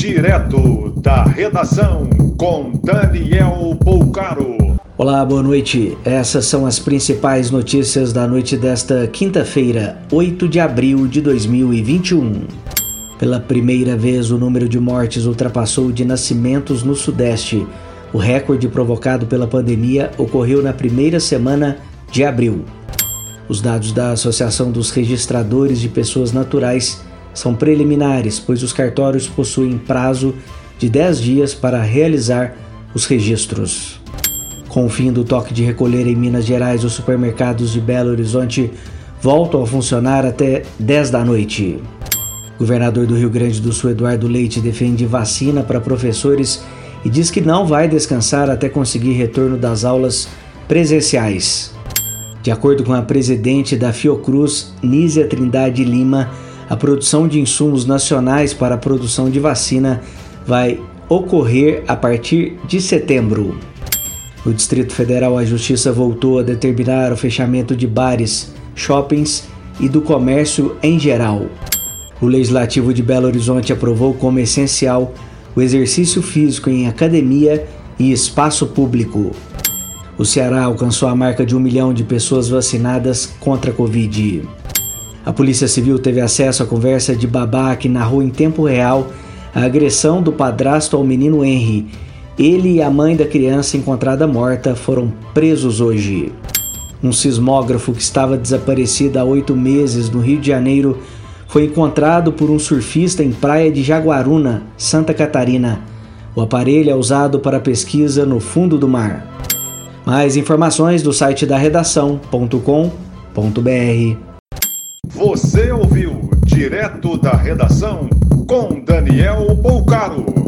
Direto da redação com Daniel Poucaro. Olá, boa noite. Essas são as principais notícias da noite desta quinta-feira, 8 de abril de 2021. Pela primeira vez, o número de mortes ultrapassou o de nascimentos no Sudeste. O recorde provocado pela pandemia ocorreu na primeira semana de abril. Os dados da Associação dos Registradores de Pessoas Naturais são preliminares, pois os cartórios possuem prazo de 10 dias para realizar os registros. Com o fim do toque de recolher em Minas Gerais, os supermercados de Belo Horizonte voltam a funcionar até 10 da noite. O governador do Rio Grande do Sul, Eduardo Leite, defende vacina para professores e diz que não vai descansar até conseguir retorno das aulas presenciais. De acordo com a presidente da Fiocruz, Nízia Trindade Lima, a produção de insumos nacionais para a produção de vacina vai ocorrer a partir de setembro. No Distrito Federal, a Justiça voltou a determinar o fechamento de bares, shoppings e do comércio em geral. O Legislativo de Belo Horizonte aprovou como essencial o exercício físico em academia e espaço público. O Ceará alcançou a marca de 1 milhão de pessoas vacinadas contra a Covid. A Polícia Civil teve acesso à conversa de babá que narrou em tempo real a agressão do padrasto ao menino Henry. Ele e a mãe da criança encontrada morta foram presos hoje. Um sismógrafo que estava desaparecido há 8 meses no Rio de Janeiro foi encontrado por um surfista em praia de Jaguaruna, Santa Catarina. O aparelho é usado para pesquisa no fundo do mar. Mais informações do site da redação.com.br. Você ouviu Direto da Redação com Daniel Poucaro.